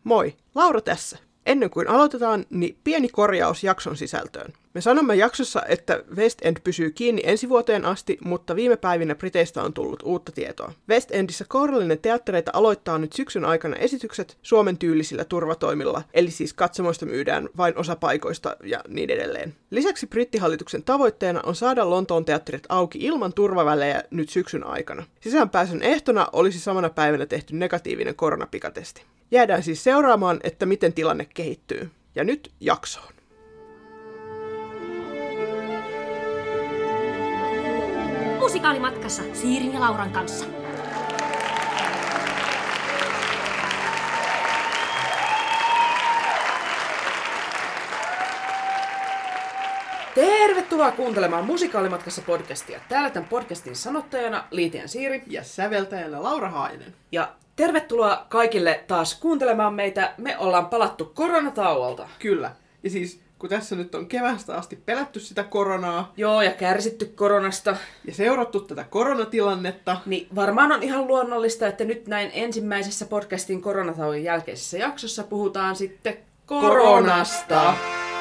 Moi, Laura tässä. Ennen kuin aloitetaan, niin pieni korjaus jakson sisältöön. Me sanomme jaksossa, että West End pysyy kiinni ensi vuoteen asti, mutta viime päivinä Briteistä on tullut uutta tietoa. West Endissä kourallinen teattereita aloittaa nyt syksyn aikana esitykset Suomen tyylisillä turvatoimilla, eli siis katsomoista myydään vain osa paikoista ja niin edelleen. Lisäksi brittihallituksen tavoitteena on saada Lontoon teatterit auki ilman turvavälejä nyt syksyn aikana. Sisäänpääsyn ehtona olisi samana päivänä tehty negatiivinen koronapikatesti. Jäädään siis seuraamaan, että miten tilanne kehittyy. Ja nyt jaksoon. Musikaalimatkassa Siirin ja Lauran kanssa. Tervetuloa kuuntelemaan Musikaalimatkassa podcastia. Täällä tämän podcastin sanottajana Liitian Siiri Ja säveltäjänä Laura Hainen. Ja tervetuloa kaikille taas kuuntelemaan meitä. Me ollaan palattu koronatauolta. Kyllä. Ja siis kun tässä nyt on keväästä asti pelätty sitä koronaa. Joo, ja kärsitty koronasta. Ja seurattu tätä koronatilannetta. Niin varmaan on ihan luonnollista, että nyt näin ensimmäisessä podcastin koronatauon jälkeisessä jaksossa puhutaan sitten koronasta.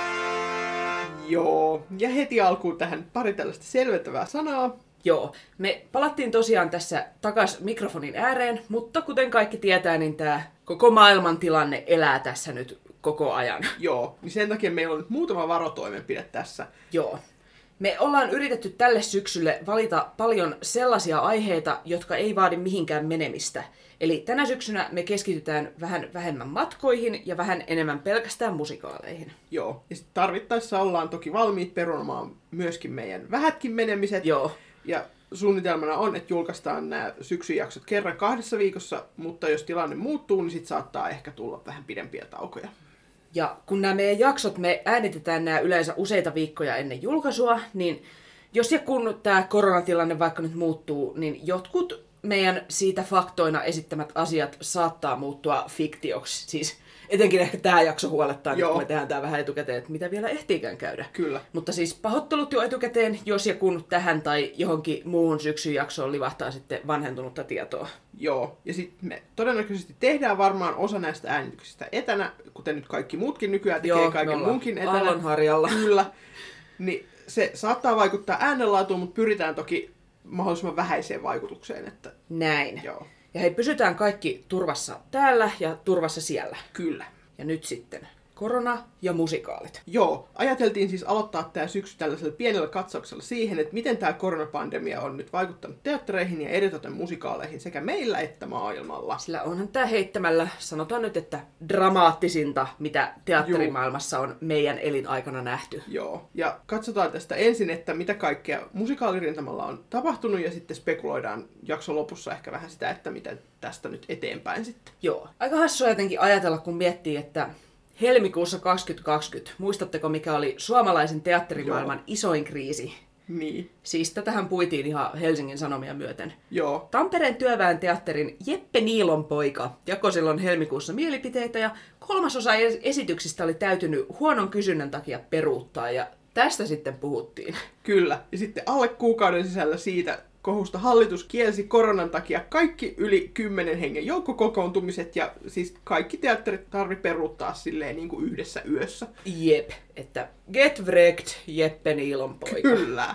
Joo. Ja heti alkuun tähän pari tällaista selventävää sanaa. Joo, me palattiin tosiaan tässä takas mikrofonin ääreen, mutta kuten kaikki tietää, niin tämä koko maailman tilanne elää tässä nyt koko ajan. Joo, niin sen takia meillä on nyt muutama varotoimenpide tässä. Joo. Me ollaan yritetty tälle syksylle valita paljon sellaisia aiheita, jotka ei vaadi mihinkään menemistä. Eli tänä syksynä me keskitytään vähän vähemmän matkoihin ja vähän enemmän pelkästään musikaaleihin. Joo, ja sitten tarvittaessa ollaan toki valmiit perunomaan myöskin meidän vähätkin menemiset. Joo. Ja suunnitelmana on, että julkaistaan nämä syksyn jaksot kerran 2 viikossa, mutta jos tilanne muuttuu, niin sitten saattaa ehkä tulla vähän pidempiä taukoja. Ja kun nämä meidän jaksot, me äänitetään nämä yleensä useita viikkoja ennen julkaisua, niin jos ja kun tämä koronatilanne vaikka nyt muuttuu, niin jotkut meidän siitä faktoina esittämät asiat saattaa muuttua fiktioksi. Siis etenkin ehkä tämä jakso huolettaa, nyt kun me tehdään tämä vähän etukäteen, että mitä vielä ehtiikään käydä. Kyllä. Mutta siis pahoittelut jo etukäteen, jos ja kun tähän tai johonkin muuhun syksyn jaksoon livahtaa sitten vanhentunutta tietoa. Joo, ja sitten me todennäköisesti tehdään varmaan osa näistä äänityksistä etänä, kuten nyt kaikki muutkin nykyään tekee kaiken muunkin etänä. Aallonharjalla. Kyllä. Niin se saattaa vaikuttaa äänenlaatuun, mutta pyritään toki mahdollisimman vähäiseen vaikutukseen. Että... Näin. Joo. Ja hei, pysytään kaikki turvassa täällä ja turvassa siellä. Kyllä. Ja nyt sitten korona ja musikaalit. Joo, ajateltiin siis aloittaa tämä syksy tällaisella pienellä katsauksella siihen, että miten tämä koronapandemia on nyt vaikuttanut teattereihin ja eritoten musikaaleihin sekä meillä että maailmalla. Sillä onhan tämä heittämällä, sanotaan nyt, että dramaattisinta, mitä teatterimaailmassa on meidän elinaikana nähty. Joo, ja katsotaan tästä ensin, että mitä kaikkea musikaalirintamalla on tapahtunut ja sitten spekuloidaan jakson lopussa ehkä vähän sitä, että miten tästä nyt eteenpäin sitten. Joo, aika hassua jotenkin ajatella, kun miettii, että helmikuussa 2020, muistatteko mikä oli suomalaisen teatterimaailman isoin kriisi? Niin. Siis tätähän puitiin ihan Helsingin Sanomia myöten. Joo. Tampereen työväen teatterin Jeppe Niilonpoika jakoi silloin helmikuussa mielipiteitä ja 3/3 esityksistä oli täytynyt huonon kysynnän takia peruuttaa ja tästä sitten puhuttiin. Kyllä. Ja sitten alle kuukauden sisällä siitä kohusta hallitus kielsi koronan takia kaikki yli 10 hengen joukkokokoontumiset ja siis kaikki teatterit tarvi peruuttaa silleen niin kuin yhdessä yössä. Jep, että get wrecked, Jeppe Niilonpoika. Kyllä.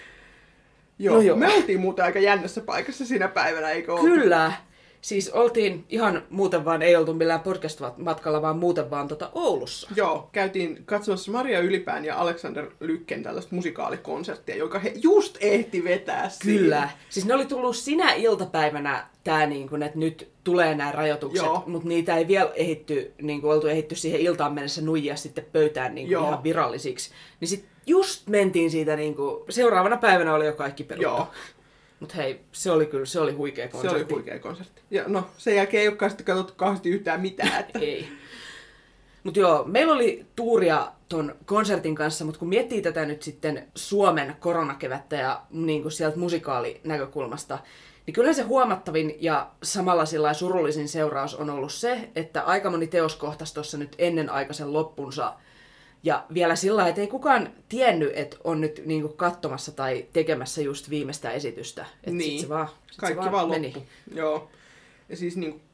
Joo, no joo, me oltiin muuten aika jännässä paikassa siinä päivänä, eikö oltu? Kyllä. Siis oltiin ihan muuten vaan, ei oltu millään podcast-matkalla, vaan muuten vaan Oulussa. Joo, käytiin katsomassa Maria Ylipään ja Alexander Lykken tällaista musikaalikonserttia, joka he just ehti vetää siinä. Kyllä. Siis ne oli tullut sinä iltapäivänä tää, niin kun, että nyt tulee nämä rajoitukset, mutta niitä ei vielä oltu ehitty siihen iltaan mennessä nuijia sitten pöytään ihan virallisiksi. Niin sit just mentiin siitä, seuraavana päivänä oli jo kaikki peruttu. Joo. Mutta hei, se oli huikea konsertti. Se oli huikea konsertti. Ja no, sen jälkeen ei olekaan sitten katsottu kauheasti yhtään mitään. Että... ei. Mutta joo, meillä oli tuuria ton konsertin kanssa, mutta kun miettii tätä nyt sitten Suomen koronakevättä ja sieltä musikaalinäkökulmasta, niin kyllä se huomattavin ja samalla sillä surullisin seuraus on ollut se, että aika moni teos kohtasi tuossa nyt ennenaikaisen loppunsa. Ja vielä sillä lailla, että ei kukaan tiennyt, että on nyt katsomassa tai tekemässä just viimeistä esitystä. Että niin, sit se vaan kaikki vaan meni. loppu. Joo. Ja siis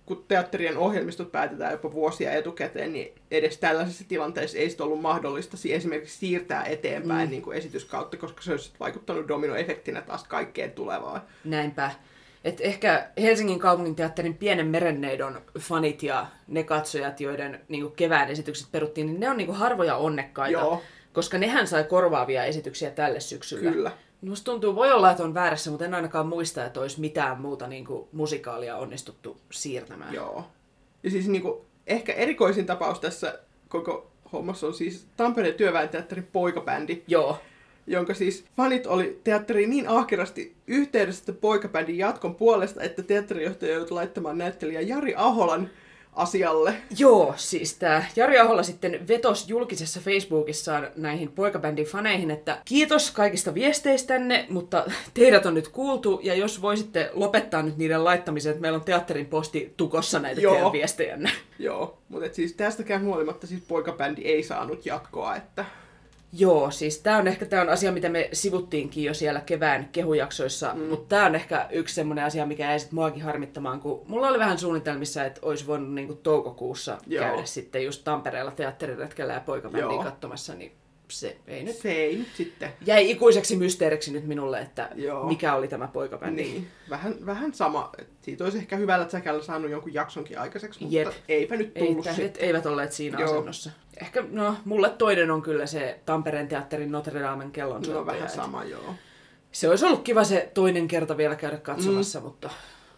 kun teatterien ohjelmistot päätetään jopa vuosia etukäteen, niin edes tällaisessa tilanteessa ei sit ollut mahdollista esimerkiksi siirtää eteenpäin niin kuin esityskautta, koska se olisi vaikuttanut dominoefektinä taas kaikkeen tulevaan. Näinpä. Et ehkä Helsingin kaupunginteatterin Pienen merenneidon fanit ja ne katsojat, joiden niin kevään esitykset peruttiin, niin ne on niin harvoja onnekkaita, Joo. koska nehän sai korvaavia esityksiä tälle syksyllä. Kyllä. Musta tuntuu, voi olla, että on väärässä, mutta en ainakaan muista, että olisi mitään muuta niin musikaalia onnistuttu siirtämään. Joo. Ja siis niin kuin, ehkä erikoisin tapaus tässä koko hommassa on siis Tampereen työväenteatterin poikabändi. Joo. Jonka siis fanit oli teatteriin niin ahkerasti yhteydessä poikabändin jatkon puolesta, että teatterijohtaja joutui laittamaan näyttelijä Jari Aholan asialle. Joo, siis tämä Jari Ahola sitten vetosi julkisessa Facebookissaan näihin poikabändin faneihin, että kiitos kaikista viesteistänne, mutta teidät on nyt kuultu, ja jos voisitte lopettaa nyt niiden laittamisen, että meillä on teatterin posti tukossa näitä teidän viestejänne. Joo, mutta siis tästäkään huolimatta siis poikabändi ei saanut jatkoa, että... Joo, siis tämä on asia, mitä me sivuttiinkin jo siellä kevään kehujaksoissa, mutta tämä on ehkä yksi semmoinen asia, mikä jäi sitten muakin harmittamaan, kun mulla oli vähän suunnitelmissa, että olisi voinut niinku toukokuussa käydä sitten just Tampereella teatteriretkellä ja poikabändiä katsomassa, niin se ei nyt. Se ei nyt sitten. Jäi ikuiseksi mysteeriksi nyt minulle, että mikä oli tämä poikabändi. Niin, vähän sama. Siitä olisi ehkä hyvällä säkällä saanut jonkun jaksonkin aikaiseksi, mutta eipä nyt tullut sitten. Eivät olleet siinä asennossa. Ehkä, mulle toinen on kyllä se Tampereen teatterin Notre Damen kellonsoittaja. No vähän sama, joo. Se olisi ollut kiva se toinen kerta vielä käydä katsomassa, mutta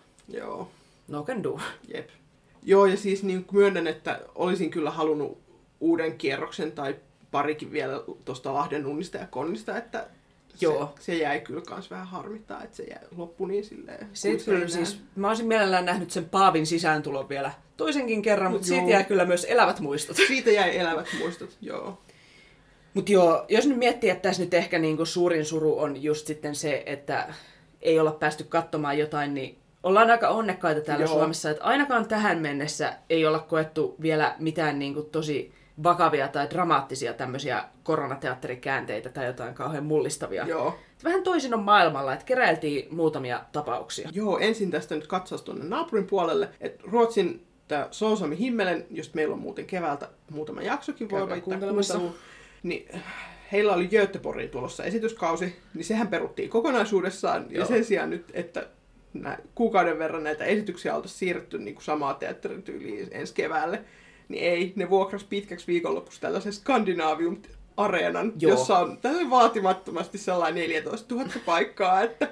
joo. No can do. Jep. Joo, ja siis niin myönnän, että olisin kyllä halunnut uuden kierroksen tai parikin vielä tuosta Lahden unnista ja Konnista, että se jäi kyllä kans vähän harmittaa, että se loppui niin silleen. Siis, mä olisin mielellään nähnyt sen Paavin sisääntulon vielä toisenkin kerran, mutta siitä jäi kyllä myös elävät muistot. Siitä jäi elävät muistot, joo. Mutta jos nyt miettii, että tässä nyt ehkä niinku suurin suru on just sitten se, että ei olla päästy katsomaan jotain, niin ollaan aika onnekkaita täällä Suomessa, että ainakaan tähän mennessä ei olla koettu vielä mitään niinku tosi vakavia tai dramaattisia tämmöisiä koronateatterikäänteitä tai jotain kauhean mullistavia. Joo. Vähän toisin on maailmalla, että keräiltiin muutamia tapauksia. Joo, ensin tästä nyt katsaus tuonne naapurin puolelle, että Ruotsin tämä Sousami Himmelen, just meillä on muuten keväältä muutama jaksokin voi laittaa kuunteluun, niin heillä oli Göteborgiin tulossa esityskausi, niin sehän peruttiin kokonaisuudessaan, ja sen sijaan nyt, että kuukauden verran näitä esityksiä oltaisiin siirretty niin kuin samaa teatterityyliin ensi keväälle, niin ei, ne vuokras pitkäksi viikonlopuksi tällaisen Skandinavium-areenan, jossa on tällainen vaatimattomasti sellainen 14 000 paikkaa, että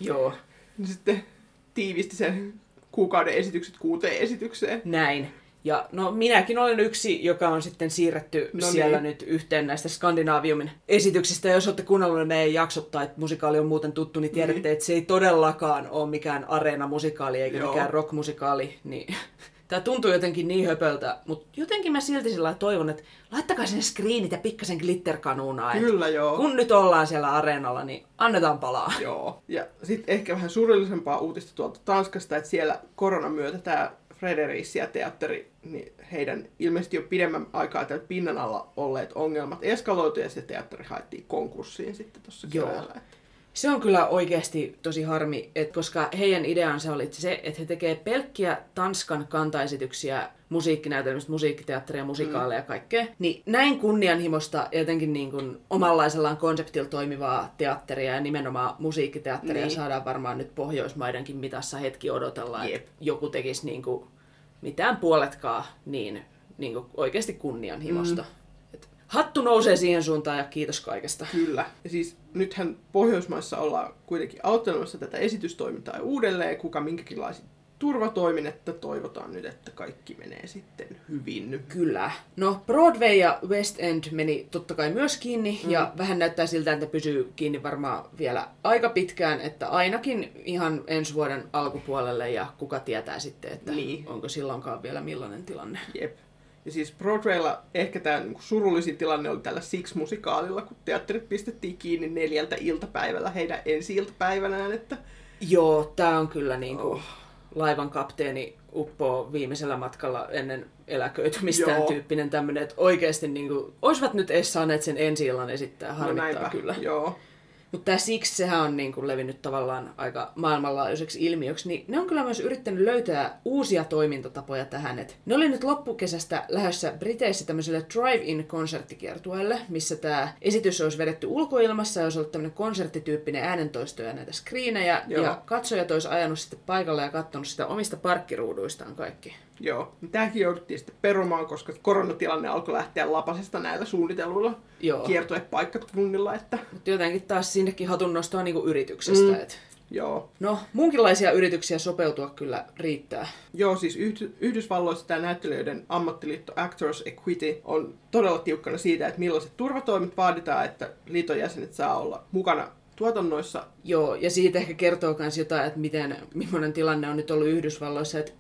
ne sitten tiivisti sen kuukauden esitykset 6 esitykseen. Näin. Ja no minäkin olen yksi, joka on sitten siirretty siellä nyt yhteen näistä Skandinaviumin esityksistä. Jos olette kuunnelleet meidän jaksot tai musikaali on muuten tuttu, niin tiedätte, että se ei todellakaan ole mikään areena-musikaali eikä mikään rock-musikaali. Niin tämä tuntuu jotenkin niin höpöltä, mutta jotenkin mä silti sillä toivon, että laittakaa sinne screenit ja pikkasen glitterkanuunaa. Kyllä, joo. Kun nyt ollaan siellä areenalla, niin annetaan palaa. Joo. Ja sitten ehkä vähän surullisempaa uutista tuolta Tanskasta, että siellä koronan myötä tämä Fredericia-teatteri, niin heidän ilmeisesti jo pidemmän aikaa täältä pinnan alla olleet ongelmat eskaloitu ja se teatteri haettiin konkurssiin sitten tuossa keväällä. Se on kyllä oikeasti tosi harmi, että koska heidän ideansa oli se, että he tekee pelkkiä Tanskan kantaesityksiä, musiikkinäytelmistä, musiikkiteatteria, musikaaleja ja kaikkea. Niin näin kunnianhimosta ja jotenkin niin kuin omanlaisellaan konseptilla toimivaa teatteria ja nimenomaan musiikkiteatteria saadaan varmaan nyt Pohjoismaidenkin mitassa hetki odotella, että joku tekisi niin kuin mitään puoletkaan niin kuin oikeasti kunnianhimosta. Hattu nousee siihen suuntaan ja kiitos kaikesta. Kyllä. Ja siis nythän Pohjoismaissa ollaan kuitenkin aloittelemassa tätä esitystoimintaa uudelleen, kuka minkäkinlaisia turvatoimin, että toivotaan nyt, että kaikki menee sitten hyvin. Kyllä. No Broadway ja West End meni totta kai myös kiinni ja vähän näyttää siltä, että pysyy kiinni varmaan vielä aika pitkään, että ainakin ihan ensi vuoden alkupuolelle ja kuka tietää sitten, että onko silloinkaan vielä millainen tilanne. Jep. Ja siis Broadwaylla ehkä tämä niinku surullisin tilanne oli tällä Six-musikaalilla, kun teatterit pistettiin kiinni 4 iltapäivällä heidän ensi-iltapäivänään. Että... Joo, tämä on kyllä niinku laivan kapteeni uppoo viimeisellä matkalla ennen eläköitymistään tyyppinen tämmöinen, että oikeasti niinku, olisivat nyt edes saaneet sen ensi-illan esittää, harmittaa kyllä. Joo. Mutta tämä Six, sehän on niin kuin levinnyt tavallaan aika maailmanlaajuiseksi ilmiöksi, niin ne on kyllä myös yrittänyt löytää uusia toimintatapoja tähän. Et ne oli nyt loppukesästä lähdössä Briteissä tämmöiselle drive-in-konserttikiertueelle, missä tämä esitys olisi vedetty ulkoilmassa ja olisi ollut tämmöinen konserttityyppinen äänentoisto ja näitä screenejä. Ja katsojat olisi ajanut sitten paikalle ja katsonut sitä omista parkkiruuduistaan kaikki. Joo, tämäkin jouduttiin sitten perumaan, koska koronatilanne alkoi lähteä lapasesta näillä suunnitelluilla kiertuepaikkakunnilla. Mutta jotenkin taas sinnekin hatunnostoa niinku yrityksestä. Joo. No, munkinlaisia yrityksiä sopeutua kyllä riittää. Joo, siis Yhdysvalloissa tämä näyttelijöiden ammattiliitto Actors Equity on todella tiukkana siitä, että millaiset turvatoimet vaaditaan, että liiton jäsenet saa olla mukana tuotannoissa. Joo, ja siitä ehkä kertoo myös jotain, että millainen tilanne on nyt ollut Yhdysvalloissa, että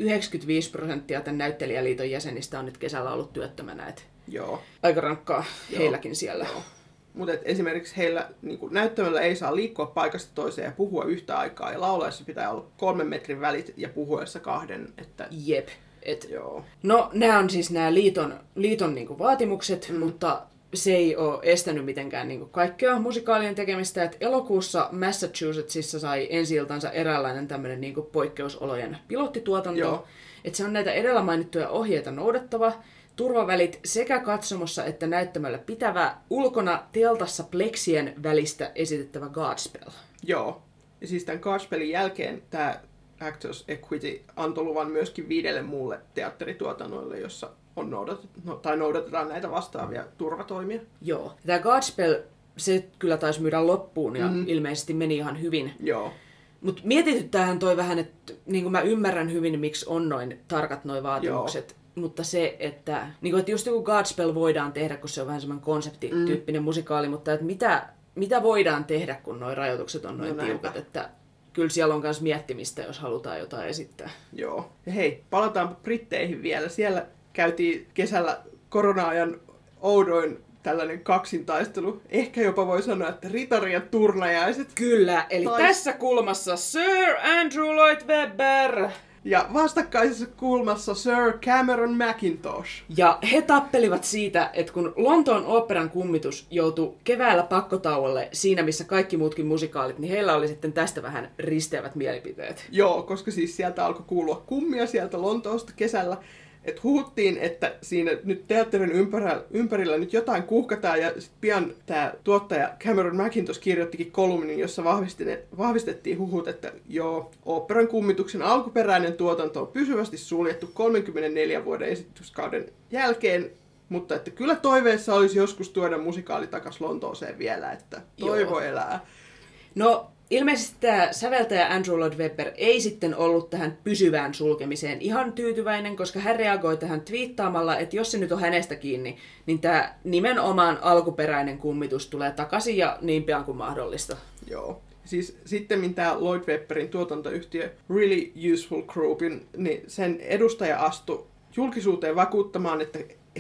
95% tämän näyttelijäliiton jäsenistä on nyt kesällä ollut työttömänä. Joo. Aika rankkaa heilläkin siellä. Joo. Mutta esimerkiksi heillä niin näyttämällä ei saa liikkua paikasta toiseen ja puhua yhtä aikaa. Ja laulaessa pitää olla 3 metrin välit ja puhuessa 2. Että... Jep. Joo. No, nämä on siis nämä liiton niin kuin vaatimukset, mutta se ei ole estänyt mitenkään niin kuin kaikkea musikaalien tekemistä. Et elokuussa Massachusettsissa sai ensi-iltansa eräänlainen tämmöinen niin kuin poikkeusolojen pilottituotanto. Että se on näitä edellä mainittuja ohjeita noudattava. Turvavälit sekä katsomossa että näyttämällä pitävä, ulkona teltassa pleksien välistä esitettävä Godspell. Joo. Ja siis tämän Godspellin jälkeen tämä Actors Equity antoi luvan myöskin 5 muulle teatterituotannoille, jossa on noudatetaan näitä vastaavia turvatoimia. Joo. Tämä Godspell, se kyllä taisi myydä loppuun ja ilmeisesti meni ihan hyvin. Joo. Mutta mietityttäähän toi vähän, että niin mä ymmärrän hyvin, miksi on noin tarkat noi vaatimukset. Joo. Mutta se, että just joku Godspell voidaan tehdä, kun se on vähän semmoinen konseptityyppinen musikaali, mutta että mitä voidaan tehdä, kun nuo rajoitukset on noin tiukat, että kyllä siellä on myös miettimistä, jos halutaan jotain esittää. Joo. Ja hei, palataanpa Britteihin vielä. Siellä käytiin kesällä korona-ajan oudoin tällainen kaksintaistelu. Ehkä jopa voi sanoa, että ritari- ja turnajaiset. Kyllä, eli tässä kulmassa Sir Andrew Lloyd Webber. Ja vastakkaisessa kulmassa Sir Cameron Mackintosh. Ja he tappelivat siitä, että kun Lontoon oopperan kummitus joutui keväällä pakkotauolle siinä, missä kaikki muutkin musikaalit, niin heillä oli sitten tästä vähän risteävät mielipiteet. Joo, koska siis sieltä alkoi kuulua kummia sieltä Lontoosta kesällä. Että huhuttiin, että siinä nyt teatterin ympärillä nyt jotain kuhkataan, ja sitten pian tämä tuottaja Cameron Mackintosh kirjoittikin kolumnin, jossa vahvistettiin huhut, että joo, oopperan kummituksen alkuperäinen tuotanto on pysyvästi suljettu 34 vuoden esityskauden jälkeen, mutta että kyllä toiveessa olisi joskus tuoda musikaali takaisin Lontooseen vielä, että toivo elää. No, ilmeisesti tämä säveltäjä Andrew Lloyd Webber ei sitten ollut tähän pysyvään sulkemiseen ihan tyytyväinen, koska hän reagoi tähän twiittaamalla, että jos se nyt on hänestä kiinni, niin tämä nimenomaan alkuperäinen kummitus tulee takaisin ja niin pian kuin mahdollista. Joo. Siis sitten tämä Lloyd Webberin tuotantoyhtiö Really Useful Groupin, niin sen edustaja astui julkisuuteen vakuuttamaan, että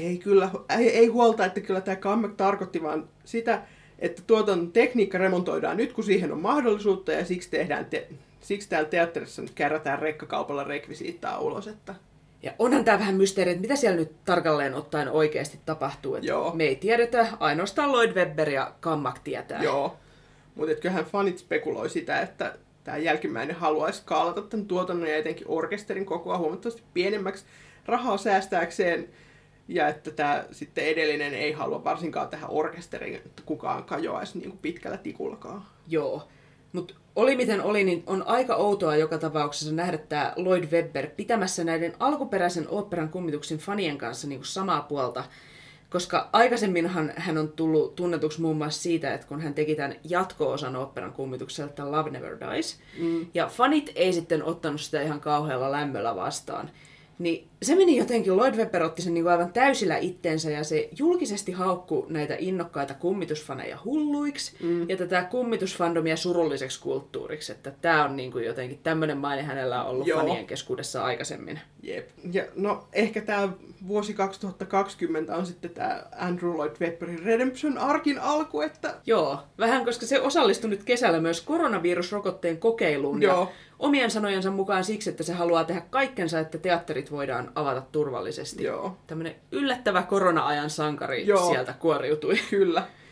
ei huolta, että kyllä tämä comeback tarkoitti vaan sitä, että tuotannon tekniikka remontoidaan nyt, kun siihen on mahdollisuutta, ja siksi täällä teatterissa nyt kärrätään rekkakaupalla rekvisiittaa ulos. Että... Ja onhan tämä vähän mysteeri, että mitä siellä nyt tarkalleen ottaen oikeasti tapahtuu. Että me ei tiedetä, ainoastaan Lloyd Webber ja Kammak tietää. Joo, mutta kyllähän fanit spekuloi sitä, että tämä jälkimmäinen haluaisi skaalata tämän tuotannon ja etenkin orkesterin kokoa huomattavasti pienemmäksi rahaa säästääkseen. Ja että tämä sitten edellinen ei halua varsinkaan tähän orkesteriin, että kukaan kajoaisi niin kuin pitkällä tikullakaan. Joo, mutta oli miten oli, niin on aika outoa joka tapauksessa nähdä tämä Lloyd Webber pitämässä näiden alkuperäisen oopperan kummituksen fanien kanssa niin kuin samaa puolta. Koska aikaisemminhan hän on tullut tunnetuksi muun muassa siitä, että kun hän teki tämän jatko-osan oopperan kummitukselta Love Never Dies, ja fanit ei sitten ottanut sitä ihan kauhealla lämmöllä vastaan. Niin se meni jotenkin, Lloyd Webber otti sen niin aivan täysillä itteensä ja se julkisesti haukkui näitä innokkaita kummitusfaneja hulluiksi ja tätä kummitusfandomia surulliseksi kulttuuriksi, että tämä on niin kuin jotenkin tämmöinen maine hänellä on ollut fanien keskuudessa aikaisemmin. Jep. Ja no ehkä tämä vuosi 2020 on sitten tämä Andrew Lloyd Webberin Redemption-arkin alku, että... Joo, vähän koska se osallistui nyt kesällä myös koronavirusrokotteen kokeiluun ja omien sanojensa mukaan siksi, että se haluaa tehdä kaikkensa, että teatterit voidaan avata turvallisesti. Joo. Tämmöinen yllättävä korona-ajan sankari sieltä kuoriutui. Kyllä.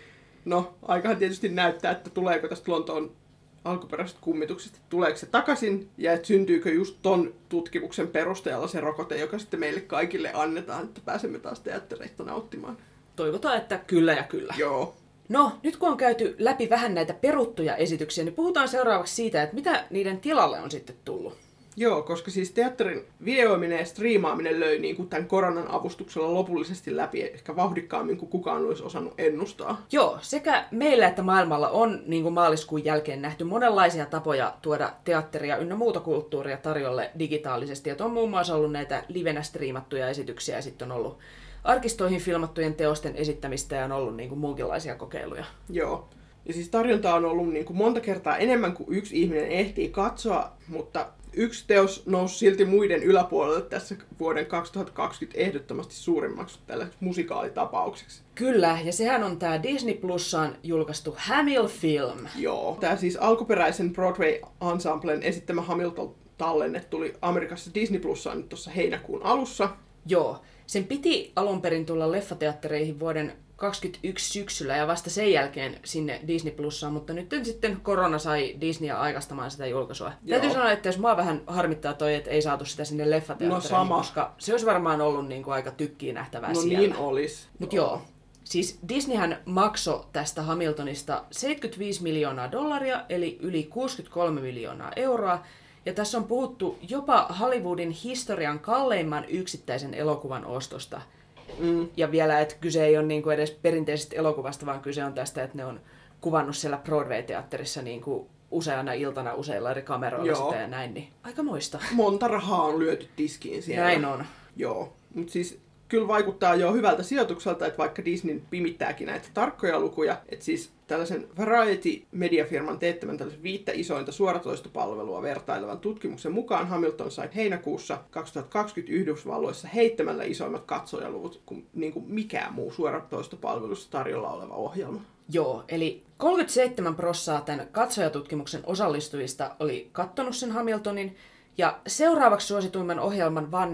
No, aikahan tietysti näyttää, että tuleeko tästä Lontoon alkuperäisestä kummituksesta, tuleeko se takaisin ja että syntyykö just ton tutkimuksen perusteella se rokote, joka sitten meille kaikille annetaan, että pääsemme taas teattereista nauttimaan. Toivotaan, että kyllä ja kyllä. Joo. No, nyt kun on käyty läpi vähän näitä peruttuja esityksiä, niin puhutaan seuraavaksi siitä, että mitä niiden tilalle on sitten tullut. Joo, koska siis teatterin videoiminen ja striimaaminen löi niin kuin tämän koronan avustuksella lopullisesti läpi, ehkä vauhdikkaammin kuin kukaan olisi osannut ennustaa. Joo, sekä meillä että maailmalla on niin kuin maaliskuun jälkeen nähty monenlaisia tapoja tuoda teatteria ynnä muuta kulttuuria tarjolle digitaalisesti. Et on muun muassa ollut näitä livenä striimattuja esityksiä ja sitten on ollut arkistoihin filmattujen teosten esittämistä ja on ollut niin kuin muunkinlaisia kokeiluja. Joo. Ja siis tarjonta on ollut niin kuin monta kertaa enemmän kuin yksi ihminen ehtii katsoa, mutta yksi teos nousi silti muiden yläpuolelle tässä vuoden 2020 ehdottomasti suurimmaksi tällaiseksi musikaalitapaukseksi. Kyllä, ja sehän on tämä Disney Plussaan julkaistu Hamilton-film. Joo. Tämä siis alkuperäisen Broadway-ensemblen esittämä Hamilton-tallenne tuli Amerikassa Disney Plussaan nyt tuossa heinäkuun alussa. Joo. Sen piti alun perin tulla leffateattereihin vuoden 2021 syksyllä ja vasta sen jälkeen sinne Disney Plussaan, mutta nyt sitten korona sai Disneyä aikastamaan sitä julkaisua. Joo. Täytyy sanoa, että jos mua vähän harmittaa toi, että ei saatu sitä sinne leffateattereihin, koska se olisi varmaan ollut niin kuin aika tykkiä nähtävää siellä. No niin olisi. Mut joo. Siis Disneyhän maksoi tästä Hamiltonista $75 miljoonaa, eli yli 63 miljoonaa euroa. Ja tässä on puhuttu jopa Hollywoodin historian kalleimman yksittäisen elokuvan ostosta. Ja vielä, että kyse ei ole niinku edes perinteisestä elokuvasta, vaan kyse on tästä, että ne on kuvannut siellä Broadway-teatterissa niinku useana iltana useilla eri kameroilla sitä ja näin. Niin aika moista. Monta rahaa on lyöty tiskiin siellä. Näin on. Joo, mutta siis kyllä vaikuttaa jo hyvältä sijoitukselta, että vaikka Disney pimittääkin näitä tarkkoja lukuja, että siis tällaisen Variety-mediafirman teettämän tällaisen 5 isointa suoratoistopalvelua vertailevan tutkimuksen mukaan Hamilton sai heinäkuussa 2020 Yhdysvalloissa 7 isoimmat katsojaluvut kuin, mikään muu suoratoistopalvelussa tarjolla oleva ohjelma. Joo, eli 37% tämän katsojatutkimuksen osallistujista oli kattonut sen Hamiltonin, ja seuraavaksi suosituimman ohjelman vaan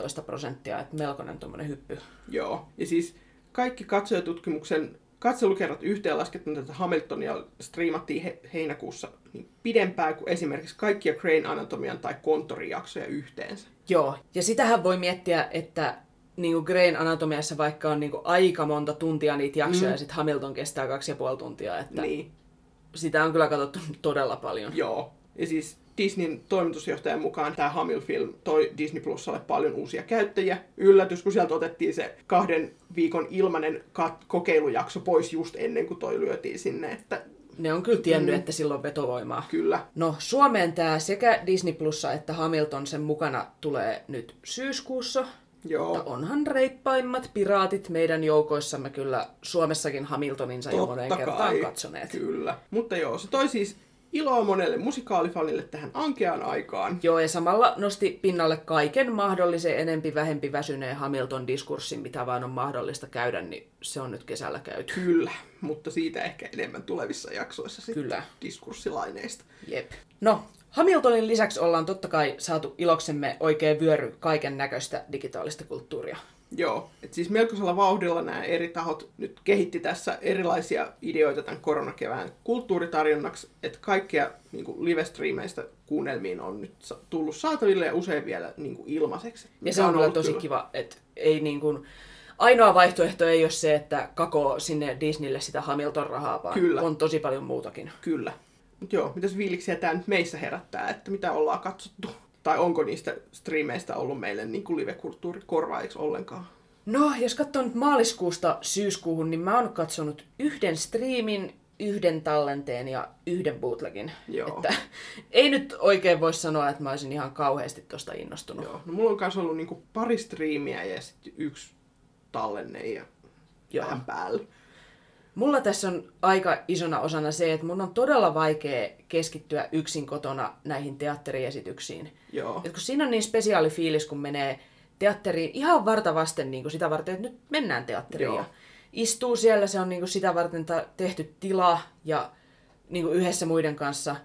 14%, että melkoinen tuommoinen hyppy. Joo, ja siis kaikki katsojatutkimuksen katselukerrat yhteenlaskettuna tätä Hamiltonia striimattiin heinäkuussa niin pidempään kuin esimerkiksi kaikkia Grey's Anatomian tai Konttorijaksoja yhteensä. Joo, ja sitähän voi miettiä, että niin kuin Grey's Anatomiassa vaikka on niin kuin aika monta tuntia niitä jaksoja ja sitten Hamilton kestää 2,5 tuntia, että niin. Sitä on kyllä katsottu todella paljon. Joo, ja siis Disneyn toimitusjohtajan mukaan tämä Hamilton-film toi Disney Plusalle paljon uusia käyttäjiä. Yllätys, kun sieltä otettiin se 2 viikon ilmainen kokeilujakso pois just ennen kuin toi lyötiin sinne. Että ne on kyllä tiennyt, että sillä on vetovoimaa. Kyllä. No, Suomeen tämä sekä Disney Plussa että Hamilton sen mukana tulee nyt syyskuussa. Joo. Mutta onhan reippaimmat piraatit meidän joukoissamme kyllä Suomessakin Hamiltoninsa jo moneen kertaan katsoneet. Kyllä. Mutta joo, se toi siis iloa monelle musikaalifanille tähän ankeaan aikaan. Joo, ja samalla nosti pinnalle kaiken mahdollisen enempi vähempi väsyneen Hamilton-diskurssin, mitä vaan on mahdollista käydä, niin se on nyt kesällä käyty. Kyllä, mutta siitä ehkä enemmän tulevissa jaksoissa sitten kyllä. Diskurssilaineista. Jep. No, Hamiltonin lisäksi ollaan totta kai saatu iloksemme oikein vyöry kaiken näköistä digitaalista kulttuuria. Joo, että siis melkoisella vauhdilla nämä eri tahot nyt kehitti tässä erilaisia ideoita tämän koronakevään kulttuuritarjonnaksi, että kaikkea niin kuin live-striimeistä kuunnelmiin on nyt tullut saataville ja usein vielä niin kuin ilmaiseksi. Ja se on kyllä tosi kiva, että ei niin kuin, ainoa vaihtoehto ei ole se, että kakoo sinne Disneylle sitä Hamilton-rahaa, vaan kyllä. On tosi paljon muutakin. Kyllä. Mutta joo, mitäs fiiliksiä tämä nyt meissä herättää, että mitä ollaan katsottu? Tai onko niistä striimeistä ollut meille niin kuin live-kulttuuri korvaajiksi ollenkaan? No, jos katsoo nyt maaliskuusta syyskuuhun, niin mä oon katsonut 1 striimin, 1 tallenteen ja 1 bootlegin. Joo. Että ei nyt oikein voi sanoa, että mä olisin ihan kauheasti tosta innostunut. Joo. No, mulla on myös ollut niin kuin 2 striimiä ja sitten 1 tallenne ja vähän päällä. Mulla tässä on aika isona osana se, että mun on todella vaikea keskittyä yksin kotona näihin teatteriesityksiin. Joo. Et kun siinä on niin spesiaali fiilis, kun menee teatteriin ihan varta vasten niin kuin sitä varten, että nyt mennään teatteriin. Joo. Ja istuu siellä, se on niin kuin sitä varten tehty tila ja niin kuin yhdessä muiden kanssa.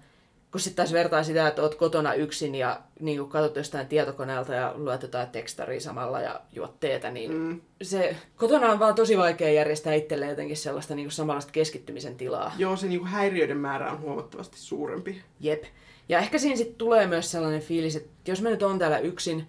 kun sitten taas vertaa sitä, että oot kotona yksin ja niin katsot jostain tietokoneelta ja luet jotain tekstaria samalla ja juot teetä, niin se kotona on vaan tosi vaikea järjestää itselleen jotenkin sellaista niin samanlaista keskittymisen tilaa. Joo, se niin häiriöiden määrä on huomattavasti suurempi. Jep. Ja ehkä siinä sitten tulee myös sellainen fiilis, että jos mä nyt oon täällä yksin,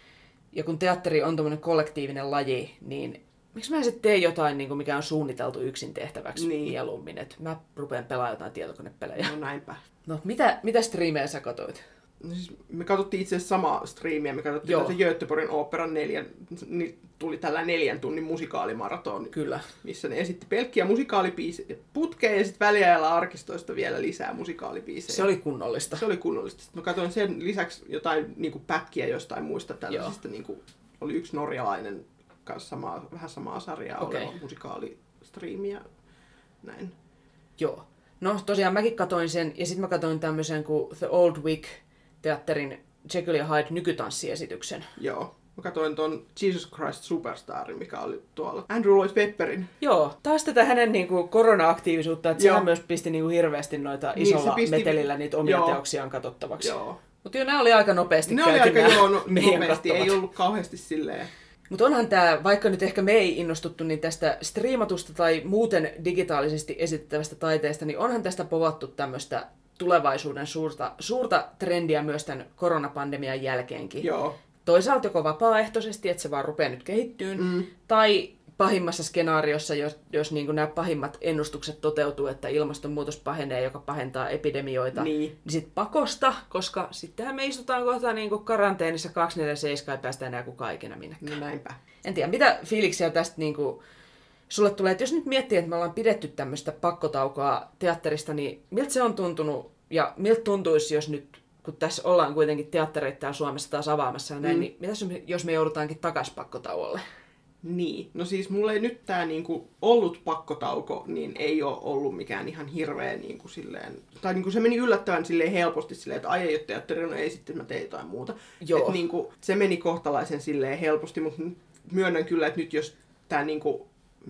ja kun teatteri on tommoinen kollektiivinen laji, niin miksi mä en sitten tee jotain, niin kuin mikä on suunniteltu yksin tehtäväksi mieluummin, että mä rupean pelaamaan jotain tietokonepelejä. No näinpä. No, mitä striimejä sä katsoit? No siis me katsottiin itse asiassa samaa striimiä, me katsottiin tätä Göteborgin oopperan niin tuli tällä 4 tunnin musikaalimaraton. Kyllä. Missä ne esitti pelkkiä musikaalibiisejä putkeen ja sitten väliajalla arkistoista vielä lisää musikaalibiisejä. Se oli kunnollista. Se oli kunnollista. Sitten mä katsoin sen lisäksi jotain niinku pätkiä jostain muista tällaisista. Niinku, oli yksi norjalainen kanssa vähän samaa sarjaa oleva musikaalistriimiä. Näin. Joo. No tosiaan mäkin katoin sen, ja sitten mä katoin tämmöisen kuin The Old Vic-teatterin Jekyll ja Hyde nykytanssiesityksen. Joo. Mä katsoin ton Jesus Christ Superstarin, mikä oli tuolla Andrew Lloyd Webberin. Joo, taas tätä hänen niinku korona-aktiivisuutta, että sehän myös pisti niinku hirveästi noita isolla metelillä niitä omia teoksiaan katsottavaksi. Joo. Mutta nämä oli aika nopeasti ne käyty. Ne oli aika nopeasti, ei ollut kauheasti silleen. Mutta onhan tämä, vaikka nyt ehkä me ei innostuttu niin tästä striimatusta tai muuten digitaalisesti esitettävästä taiteesta, niin onhan tästä povattu tämmöistä tulevaisuuden suurta trendiä myös tämän koronapandemian jälkeenkin. Joo. Toisaalta joko vapaaehtoisesti, että se vaan rupeaa nyt kehittyyn, tai pahimmassa skenaariossa, jos niin kuin nämä pahimmat ennustukset toteutuu, että ilmastonmuutos pahenee, joka pahentaa epidemioita, niin sitten pakosta, koska sittenhän me istutaan kohta niin kuin karanteenissa 24/7 ja päästään enää kukaan ikinä minnekään. No näinpä. En tiedä, mitä fiiliksiä tästä niin kuin sulle tulee, että jos nyt miettii, että me ollaan pidetty tämmöistä pakkotaukoa teatterista, niin miltä se on tuntunut ja miltä tuntuisi, jos nyt, kun tässä ollaan kuitenkin teattereita täällä Suomessa taas avaamassa ja näin, niin mitäs jos me joudutaankin takaisin pakkotauolle? Niin, no siis mulla ei nyt tää niinku ollut pakkotauko, niin ei ole ollut mikään ihan hirveä niinku silleen, tai niinku se meni yllättävän silleen helposti silleen, että ai ei ole teatteri, no ei sitten mä tein jotain muuta. Joo. Et niinku, se meni kohtalaisen silleen helposti, mutta myönnän kyllä, että nyt jos tää niinku,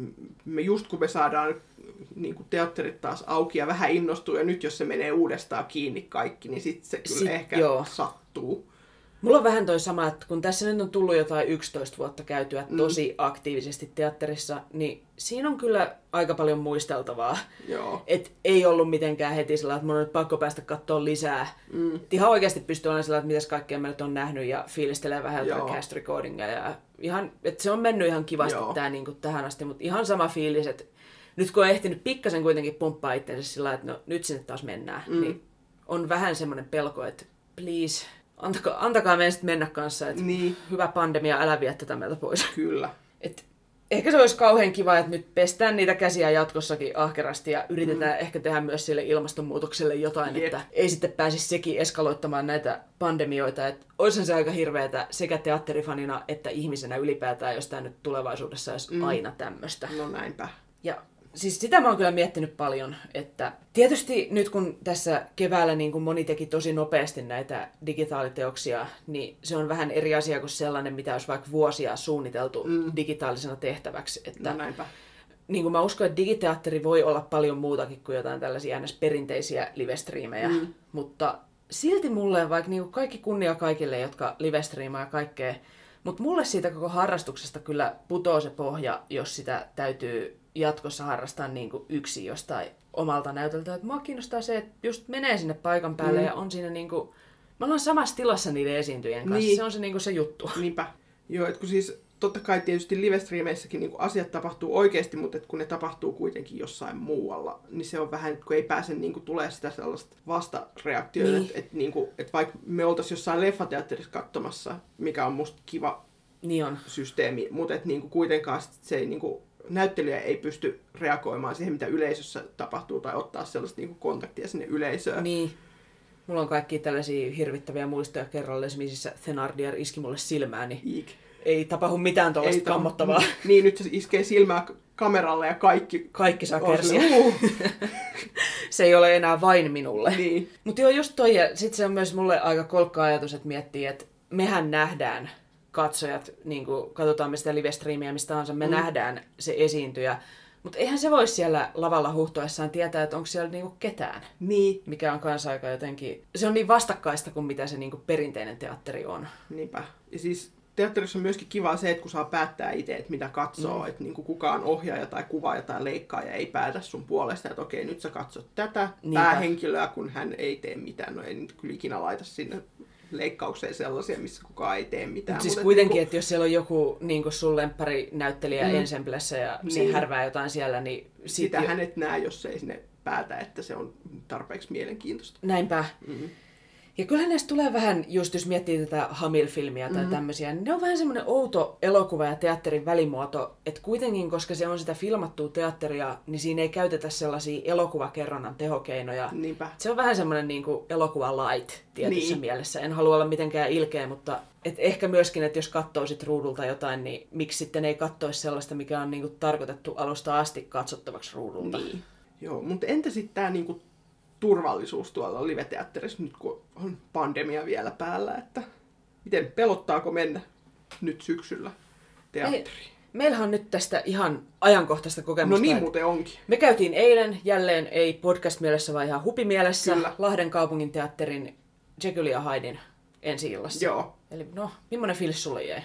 just kun me saadaan niinku teatterit taas auki ja vähän innostuu, ja nyt jos se menee uudestaan kiinni kaikki, niin sit se kyllä ehkä sattuu. Mulla on vähän toi sama, että kun tässä nyt on tullut jotain 11 vuotta käytyä tosi aktiivisesti teatterissa, niin siinä on kyllä aika paljon muisteltavaa. Että ei ollut mitenkään heti sillä, että mun on nyt pakko päästä katsoa lisää. Ihan oikeasti pystyy olemaan sillä, että mitäs kaikkea mä nyt on nähnyt ja fiilistelee vähän jotain cast recordingia. Ja ihan, että se on mennyt ihan kivasti tää, niin kuin tähän asti, mutta ihan sama fiilis, että nyt kun on ehtinyt pikkasen kuitenkin pumppaa itsensä sillä, että no nyt sinne taas mennään, niin on vähän semmoinen pelko, että please, antakaa meidän sitten mennä kanssa, että hyvä pandemia, älä vie tätä meiltä pois. Kyllä. Et ehkä se olisi kauhean kiva, että nyt pestään niitä käsiä jatkossakin ahkerasti ja yritetään ehkä tehdä myös sille ilmastonmuutokselle jotain, että ei sitten pääsisi sekin eskaloittamaan näitä pandemioita. Että olisihan se aika hirveätä sekä teatterifanina että ihmisenä ylipäätään, jos tämä nyt tulevaisuudessa olisi aina tämmöistä. No näinpä. Ja siis sitä mä oon kyllä miettinyt paljon, että tietysti nyt kun tässä keväällä niin kun moni teki tosi nopeasti näitä digitaaliteoksia, niin se on vähän eri asia kuin sellainen, mitä olisi vaikka vuosia suunniteltu digitaalisena tehtäväksi. Että, no näinpä. Niin kuin mä uskon, että digiteatteri voi olla paljon muutakin kuin jotain tällaisia perinteisiä livestriimejä, mutta silti mulle, vaikka niin kaikki kunnia kaikille, jotka livestriimaa ja kaikkea, mutta mulle siitä koko harrastuksesta kyllä putoo se pohja, jos sitä täytyy jatkossa harrastaa niin kuin yksin jostain omalta näytöltä. Että mua kiinnostaa se, että just menee sinne paikan päälle ja on siinä niin kuin, me ollaan samassa tilassa niiden esiintyjien kanssa. Se on se, niin kuin se juttu. Niinpä. Joo, että kun siis totta kai tietysti livestriimeissäkin niin asiat tapahtuu oikeasti, mutta kun ne tapahtuu kuitenkin jossain muualla, niin se on vähän, kun ei pääse niin kuin, tulee sitä sellaista vastareaktioita, että niin että vaikka me oltaisiin jossain leffateatterissa katsomassa, mikä on musta kiva systeemi, mutta että niin kuin, kuitenkaan se ei niin kuin, näyttelijä ei pysty reagoimaan siihen, mitä yleisössä tapahtuu, tai ottaa sellaista niin kuin, kontaktia sinne yleisöön. Niin. Mulla on kaikki tällaisia hirvittäviä muistoja kerralla, missä Thenardier iski mulle silmään, niin ei tapahdu mitään tuollaista kammottavaa. Niin, nyt se iskee silmää kameralle ja kaikki saa kärsiä. Se ei ole enää vain minulle. Niin. Mutta joo, just toi, ja sit se on myös mulle aika kolkka ajatus, että miettii, että mehän nähdään katsojat, niin kuin katsotaan me sitä live-striimiä mistä tahansa, me nähdään se esiintyjä, Mutta eihän se voi siellä lavalla huhtoessaan tietää, että onko siellä niinku ketään. Niin. Mikä on kanssa aika jotenkin... Se on niin vastakkaista kuin mitä se niinku perinteinen teatteri on. Niinpä. Ja siis teatterissa on myöskin kiva se, että kun saa päättää itse, että mitä katsoo, että niinku kukaan ohjaaja tai kuvaaja tai leikkaaja ei päätä sun puolesta, että okei, nyt sä katsot tätä päähenkilöä, kun hän ei tee mitään. No ei nyt kyllä ikinä laita sinne leikkaukseen sellaisia, missä kukaan ei tee mitään. Siis kuitenkin, että jos siellä on joku niin sun lempparinäyttelijä ensemblessä ja se härvää jotain siellä, niin... Sitä hänet näe, jos ei sinne päätä, että se on tarpeeksi mielenkiintoista. Näinpä. Mm-hmm. Ja kyllähän näistä tulee vähän, just jos miettii tätä Hamill-filmiä tai tämmöisiä, niin ne on vähän semmoinen outo elokuva ja teatterin välimuoto, että kuitenkin, koska se on sitä filmattua teatteria, niin siinä ei käytetä sellaisia elokuvakerronnan tehokeinoja. Niinpä. Se on vähän semmoinen niin kuin elokuva light tietyssä mielessä. En halua olla mitenkään ilkeä, mutta ehkä myöskin, että jos katsoo sit ruudulta jotain, niin miksi sitten ei katsoisi sellaista, mikä on niin kuin tarkoitettu alusta asti katsottavaksi ruudulta. Niin. Joo, mutta entä sitten tämä niinku turvallisuus tuolla live-teatterissa, nyt kun on pandemia vielä päällä, että miten pelottaako mennä nyt syksyllä teatteriin? Meillähän on nyt tästä ihan ajankohtaista kokemusta. No niin muuten onkin. Me käytiin eilen, jälleen ei podcast-mielessä, vaan ihan hupimielessä, Kyllä. Lahden kaupunginteatterin Jekyll ja Hyden ensi-illassa. Joo. Eli millainen fiilis sulle jäi?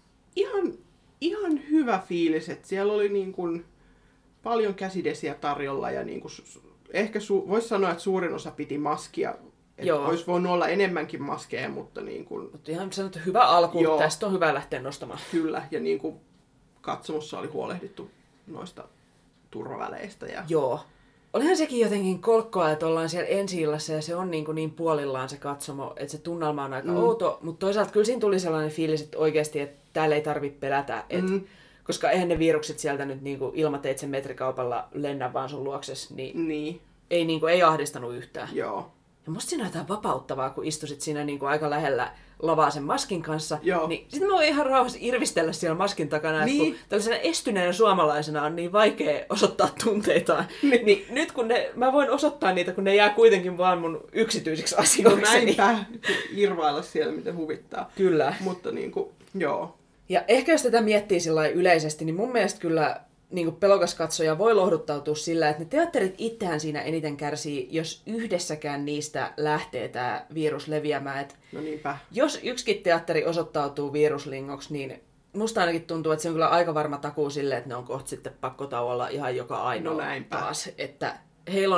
Ihan hyvä fiilis, että siellä oli niin kuin paljon tarjolla ja niin kuin ehkä voisi sanoa, että suurin osa piti maskia. Että olisi voinut olla enemmänkin maskeja, mutta niin kuin... Mutta ihan sanottu hyvä alku, tästä on hyvä lähteä nostamaan. Kyllä, ja niin kuin katsomossa oli huolehdittu noista turvaväleistä. Ja... Joo. Olihan sekin jotenkin kolkkoa, että ollaan siellä ensi-illassa ja se on niin puolillaan se katsomo, että se tunnelma on aika outo, mutta toisaalta kyllä siinä tuli sellainen fiilis, että oikeasti, että täällä ei tarvitse pelätä, koska eihän ne virukset sieltä nyt niin ilmateitse metrikaupalla lennä vaan sun luokses, niin. Ei ahdistanut yhtään. Joo. Ja musta siinä on jotain vapauttavaa, kun istusit siinä niin aika lähellä lavaa sen maskin kanssa. Joo. Niin sitten mä voin ihan rauhassa irvistellä siellä maskin takana, että kun tällaisena estyneenä suomalaisena on niin vaikea osoittaa tunteitaan. Niin nyt kun mä voin osoittaa niitä, kun ne jää kuitenkin vaan mun yksityisiksi asioiksi. No näinpä, irvailla siellä, miten huvittaa. Kyllä. Mutta joo. Ja ehkä jos tätä miettii sillä yleisesti, niin mun mielestä kyllä niin pelokas katsoja voi lohduttautua sillä, että ne teatterit itsehän siinä eniten kärsii, jos yhdessäkään niistä lähtee tämä virus leviämään. No niinpä. Jos yksikin teatteri osoittautuu viruslingoksi, niin musta ainakin tuntuu, että se on kyllä aika varma takuu sille, että ne on kohta sitten pakkotauolla ihan joka ainoa taas. Että heillä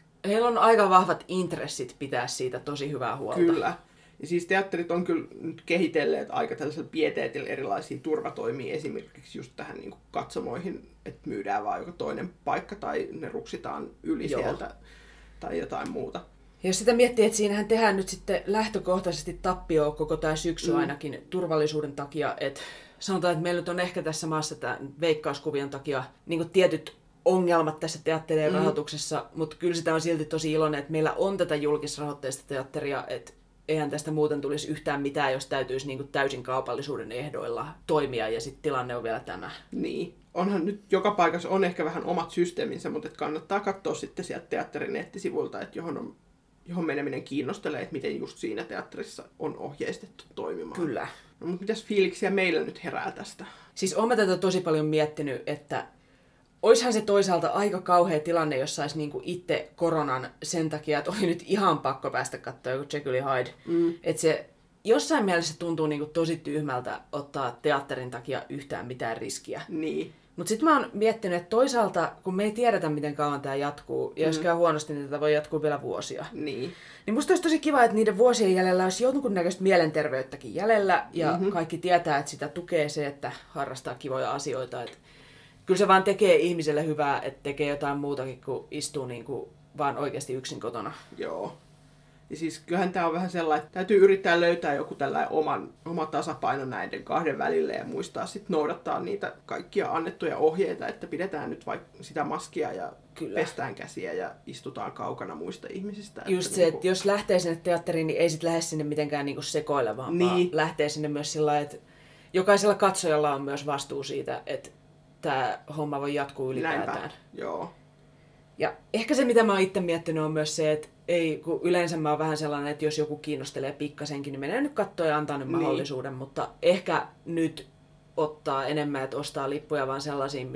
on aika vahvat intressit pitää siitä tosi hyvää huolta. Kyllä. Ja siis teatterit on kyllä nyt kehitelleet aika tällaisella pieteetillä erilaisia turvatoimia esimerkiksi just tähän niin kuin katsomoihin, että myydään vaan joku toinen paikka tai ne ruksitaan yli sieltä tai jotain muuta. Ja jos sitä miettii, että siinähän tehdään nyt sitten lähtökohtaisesti tappioa koko tämä syksy ainakin turvallisuuden takia, että sanotaan, että meillä nyt on ehkä tässä maassa tämän veikkauskuvien takia niin kuin tietyt ongelmat tässä teatterien rahoituksessa, mutta kyllä sitä on silti tosi iloinen, että meillä on tätä julkisrahoitteista teatteria, että eihän tästä muuten tulisi yhtään mitään, jos täytyisi niin kuin täysin kaupallisuuden ehdoilla toimia, ja sitten tilanne on vielä tämä. Niin. Onhan nyt joka paikassa on ehkä vähän omat systeeminsä, mutta kannattaa katsoa sitten sieltä teatterin nettisivuilta, että johon meneminen kiinnostelee, että miten just siinä teatterissa on ohjeistettu toimimaan. Kyllä. No, mutta mitäs fiiliksiä meillä nyt herää tästä? Siis olen tätä tosi paljon miettinyt, että oishan se toisaalta aika kauhea tilanne, jos saisi niinku itse koronan sen takia, että oli nyt ihan pakko päästä katsoa joku Jekyll ja Hyde. Että se jossain mielessä tuntuu niinku tosi tyhmältä ottaa teatterin takia yhtään mitään riskiä. Niin. Mutta sitten mä oon miettinyt, että toisaalta, kun me ei tiedetä, miten kauan tämä jatkuu, ja jos käy huonosti, niin tätä voi jatkuu vielä vuosia. Niin musta olisi tosi kiva, että niiden vuosien jäljellä olisi jonkunnäköistä mielenterveyttäkin jäljellä, ja kaikki tietää, että sitä tukee se, että harrastaa kivoja asioita. Et kyllä se vaan tekee ihmiselle hyvää, että tekee jotain muutakin kuin istuu niinku vaan oikeasti yksin kotona. Joo. Ja siis kyllähän tämä on vähän sellainen, että täytyy yrittää löytää joku tällainen oma tasapaino näiden kahden välille ja muistaa sitten noudattaa niitä kaikkia annettuja ohjeita, että pidetään nyt vaikka sitä maskia ja pestään käsiä ja istutaan kaukana muista ihmisistä. Just se, että jos lähtee sinne teatteriin, niin ei sitten lähde sinne mitenkään niinku sekoilemaan, vaan lähtee sinne myös sillä lailla, että jokaisella katsojalla on myös vastuu siitä, että tämä homma voi jatkuu ylipäätään. Näinpä. Joo. Ja ehkä se, mitä mä oon itse miettinyt, on myös se, että kun yleensä mä oon vähän sellainen, että jos joku kiinnostelee pikkasenkin, niin menee nyt katsoa ja antaa nyt mahdollisuuden, mutta ehkä nyt ottaa enemmän, että ostaa lippuja vaan sellaisiin, mistä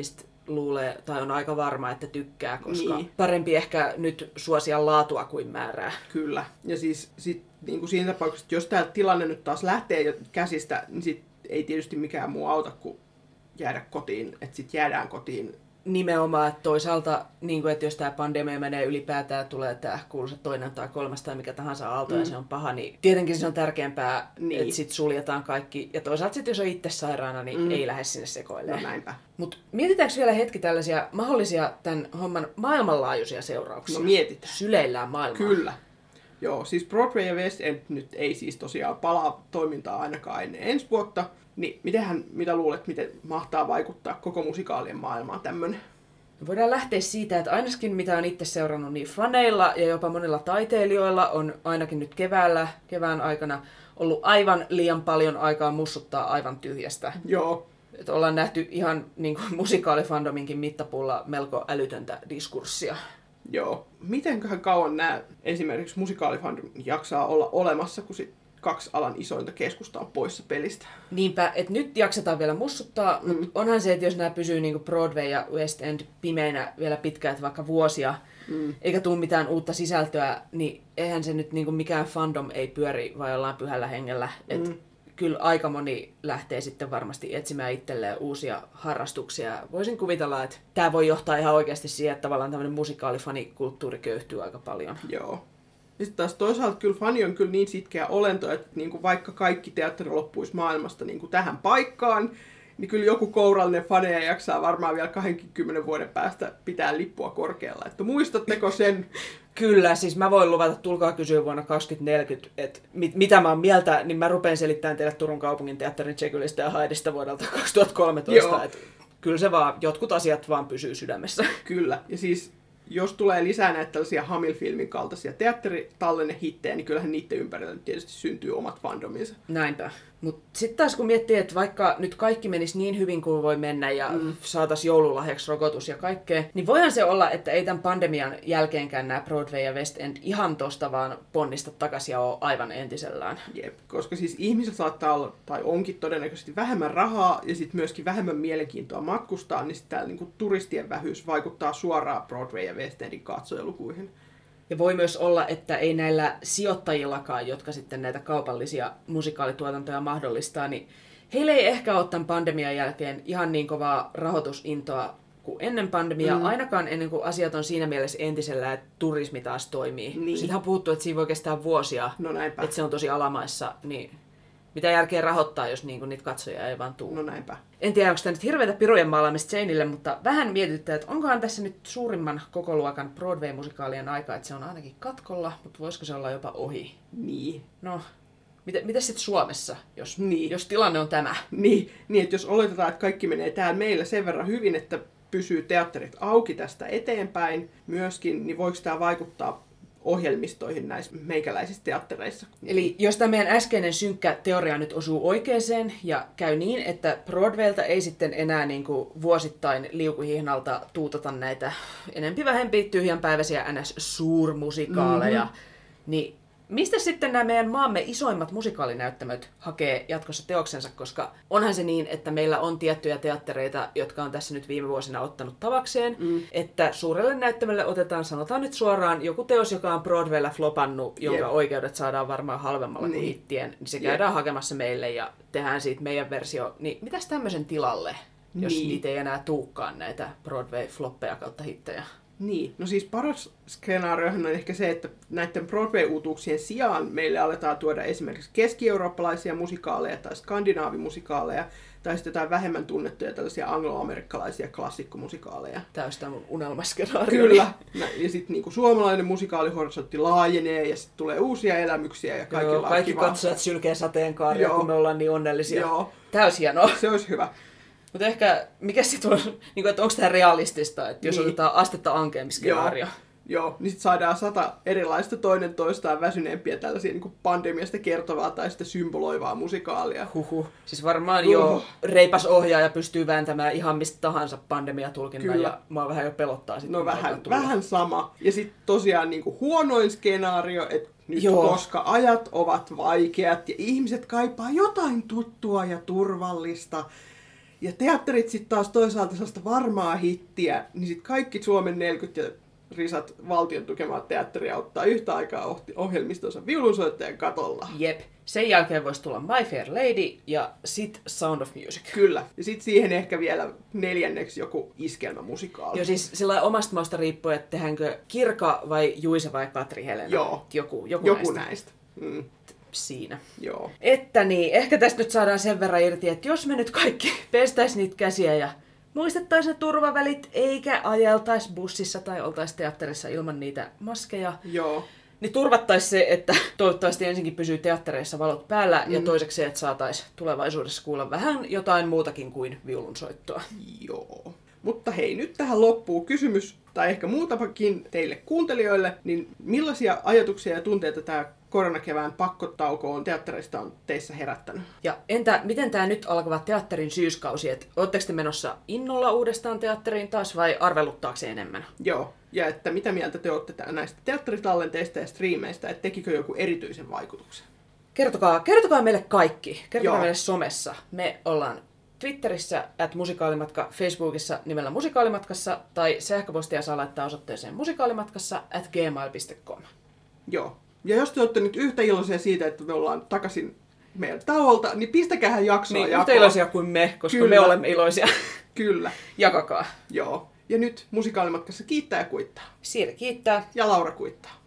luulee tai on aika varma, että tykkää, koska parempi ehkä nyt suosia laatua kuin määrää. Kyllä. Ja siis niin kuin siinä tapauksessa, että jos tämä tilanne nyt taas lähtee jo käsistä, niin sit ei tietysti mikään muu auta kuin jäädä kotiin, että sitten jäädään kotiin. Nimenomaan, että toisaalta, niin kuin, että jos tämä pandemia menee ylipäätään, tulee tämä kuuluisa toinen tai kolmas tai mikä tahansa aalto ja se on paha, niin tietenkin se on tärkeämpää, että sitten suljetaan kaikki. Ja toisaalta sitten, jos on itse sairaana, niin ei lähde sinne sekoilemaan. No näinpä. Mutta mietitäänkö vielä hetki tällaisia mahdollisia tämän homman maailmanlaajuisia seurauksia? No mietitään. Syleillään maailmaa. Kyllä. Joo, siis Broadway ja West End nyt ei siis tosiaan palaa toimintaa ainakaan ennen ensi vuotta. Niin mitä luulet, miten mahtaa vaikuttaa koko musikaalien maailmaan tämmönen? Voidaan lähteä siitä, että ainakin mitä on itse seurannut, niin faneilla ja jopa monilla taiteilijoilla on ainakin nyt kevään aikana ollut aivan liian paljon aikaa mussuttaa aivan tyhjästä. Joo. Että ollaan nähty ihan niin kuin musikaalifandominkin mittapuulla melko älytöntä diskurssia. Joo. Mitenköhän kauan nämä esimerkiksi musikaalifandom jaksaa olla olemassa, kun sit 2 alan isointa keskusta on poissa pelistä? Niinpä, että nyt jaksetaan vielä mussuttaa, mutta onhan se, että jos nämä pysyy niin kuin Broadway ja West End pimeinä vielä pitkään, vaikka vuosia, eikä tule mitään uutta sisältöä, niin eihän se nyt niin kuin mikään fandom ei pyöri vai jollain pyhällä hengellä. Kyllä aika moni lähtee sitten varmasti etsimään itselleen uusia harrastuksia. Voisin kuvitella, että tämä voi johtaa ihan oikeasti siihen, että tavallaan tämmöinen musikaalifanikulttuuri köyhtyy aika paljon. Joo. Ja sitten taas toisaalta kyllä fani on kyllä niin sitkeä olento, että niinku vaikka kaikki teatteri loppuisi maailmasta niinku tähän paikkaan, niin kyllä joku kourallinen faneja jaksaa varmaan vielä 20 vuoden päästä pitää lippua korkealla. Että muistatteko sen? Kyllä, siis mä voin luvata, tulkaa kysyä vuonna 2040, että mitä mä oon mieltä, niin mä rupean selittämään teille Turun kaupungin teatterin Jekyllistä ja Hydesta vuodelta 2013. Että kyllä se vaan, jotkut asiat vaan pysyy sydämessä. Kyllä, ja siis jos tulee lisää näitä tällaisia Hamill-filmin kaltaisia teatteritallennehittejä, niin kyllähän niiden ympärillä tietysti syntyy omat fandominsa. Näinpä. Mutta sitten taas kun miettii, että vaikka nyt kaikki menisi niin hyvin kuin voi mennä ja saataisiin joululahjaksi rokotus ja kaikkea, niin voihan se olla, että ei tämän pandemian jälkeenkään nämä Broadway ja West End ihan tosta vaan ponnista takaisin ja ole aivan entisellään. Jep, koska siis ihmisillä saattaa olla, tai onkin todennäköisesti vähemmän rahaa ja sitten myöskin vähemmän mielenkiintoa matkustaa, niin sitten täällä niinku turistien vähyys vaikuttaa suoraan Broadway ja West Endin katsojalukuihin. Ja voi myös olla, että ei näillä sijoittajillakaan, jotka sitten näitä kaupallisia musikaalituotantoja mahdollistaa, niin heillä ei ehkä ole tämän pandemian jälkeen ihan niin kovaa rahoitusintoa kuin ennen pandemiaa, ainakaan ennen kuin asiat on siinä mielessä entisellä, että turismi taas toimii. Niin. Sittenhän on puhuttu, että siinä voi kestää vuosia, että se on tosi alamaissa, niin mitä järkeä rahoittaa, jos niinku niitä katsojia ei vaan tule. No näinpä. En tiedä, onko tämä nyt hirveätä pirujen maalaamista seinille, mutta vähän mietityttää, että onkohan tässä nyt suurimman kokoluokan Broadway-musikaalien aika, että se on ainakin katkolla, mutta voisiko se olla jopa ohi? Niin. No, miten sitten Suomessa, jos tilanne on tämä? Niin, että jos oletetaan, että kaikki menee täällä meillä sen verran hyvin, että pysyy teatterit auki tästä eteenpäin myöskin, niin voiko tämä vaikuttaa ohjelmistoihin näissä meikäläisissä teattereissa? Eli jos tämä meidän äskeinen synkkä teoria nyt osuu oikeeseen ja käy niin, että Broadwaylta ei sitten enää niin kuin vuosittain liukuhihnalta tuutata näitä enempi vähempi tyhjänpäiväisiä NS-suurmusikaaleja, niin mistä sitten nämä meidän maamme isoimmat musikaalinäyttämöt hakee jatkossa teoksensa, koska onhan se niin, että meillä on tiettyjä teattereita, jotka on tässä nyt viime vuosina ottanut tavakseen, että suurelle näyttämölle otetaan, sanotaan nyt suoraan, joku teos, joka on Broadwaylla flopannut, jonka oikeudet saadaan varmaan halvemmalla kuin hittien, niin se käydään hakemassa meille ja tehdään siitä meidän versio. Niin mitäs tämmöisen tilalle, jos niitä ei enää tuukkaan näitä Broadway-floppeja kautta hittejä? Niin, no siis paras skenaariohan on ehkä se, että näiden Broadway-uutuuksien sijaan meille aletaan tuoda esimerkiksi keski-eurooppalaisia musikaaleja tai skandinaavimusikaaleja tai sitten jotain vähemmän tunnettuja tällaisia anglo-amerikkalaisia klassikkomusikaaleja. Täystä mun unelmaskenaario. Kyllä. Ja sitten niinku suomalainen musikaalihorisontti laajenee ja sitten tulee uusia elämyksiä ja kaikki katsojat sylkee sateenkaaria, kun me ollaan niin onnellisia. Joo. Täys hienoa. Se olisi hyvä. Mutta ehkä, mikä sitten on, niin että onko tämä realistista, että jos otetaan astetta ankeampi skenaario? Joo, niin sitten saadaan 100 erilaista toinen toistaan väsyneempiä tällaisia niin kuin pandemiasta kertovaa tai sitten symboloivaa musikaalia. Siis varmaan reipas ohjaaja pystyy vääntämään ihan mistä tahansa pandemiatulkinnan ja mua vähän jo pelottaa sitten. No vähän sama. Ja sitten tosiaan niin kuin huonoin skenaario, että nyt koska ajat ovat vaikeat ja ihmiset kaipaa jotain tuttua ja turvallista, Ja teatterit sitten taas toisaalta sellaista varmaa hittiä, niin sitten kaikki Suomen 40 ja risat valtion tukemaa teatteria ottaa yhtä aikaa ohjelmistonsa viulunsoittajan katolla. Jep. Sen jälkeen voisi tulla My Fair Lady ja sit Sound of Music. Kyllä. Ja sitten siihen ehkä vielä 4. joku iskelmämusikaali. Joo, siis sillä omasta mausta riippuu, että tehdäänkö Kirka vai Juise vai Katri Helena. Joo. Joku näistä. Mm. Siinä. Joo. Että niin, ehkä tästä nyt saadaan sen verran irti, että jos me nyt kaikki pestäisiin niitä käsiä ja muistettaisiin ne turvavälit, eikä ajeltaisi bussissa tai oltaisi teatterissa ilman niitä maskeja, Joo. niin turvattaisiin se, että toivottavasti ensinkin pysyy teattereissa valot päällä ja toiseksi se, että saataisiin tulevaisuudessa kuulla vähän jotain muutakin kuin viulunsoittoa. Joo. Mutta hei, nyt tähän loppuu kysymys, tai ehkä muutamakin teille kuuntelijoille, niin millaisia ajatuksia ja tunteita tämä koronakevään pakkotauko on teattereista on teissä herättänyt? Ja entä miten tämä nyt alkava teatterin syyskausi, että ootteko te menossa innolla uudestaan teatteriin taas vai arveluttaako se enemmän? Joo, ja että mitä mieltä te olette näistä teatteritallenteista ja striimeistä, että tekikö joku erityisen vaikutuksen? Kertokaa meille kaikki, kertokaa Joo. meille somessa. Me ollaan Twitterissä @musikaalimatka, Facebookissa nimellä Musikaalimatkassa tai sähköpostia saa laittaa osoitteeseen musikaalimatkassa@gmail.com. Joo. Ja jos te olette nyt yhtä iloisia siitä, että me ollaan takaisin meidän tauolta, niin pistäkähän jaksoa Niin, jakoon. yhtä iloisia kuin me, koska Kyllä. me olemme iloisia. Kyllä. Jakakaa. Joo. Ja nyt Musikaalimatkassa kiittää ja kuittaa. Siiri kiittää. Ja Laura kuittaa.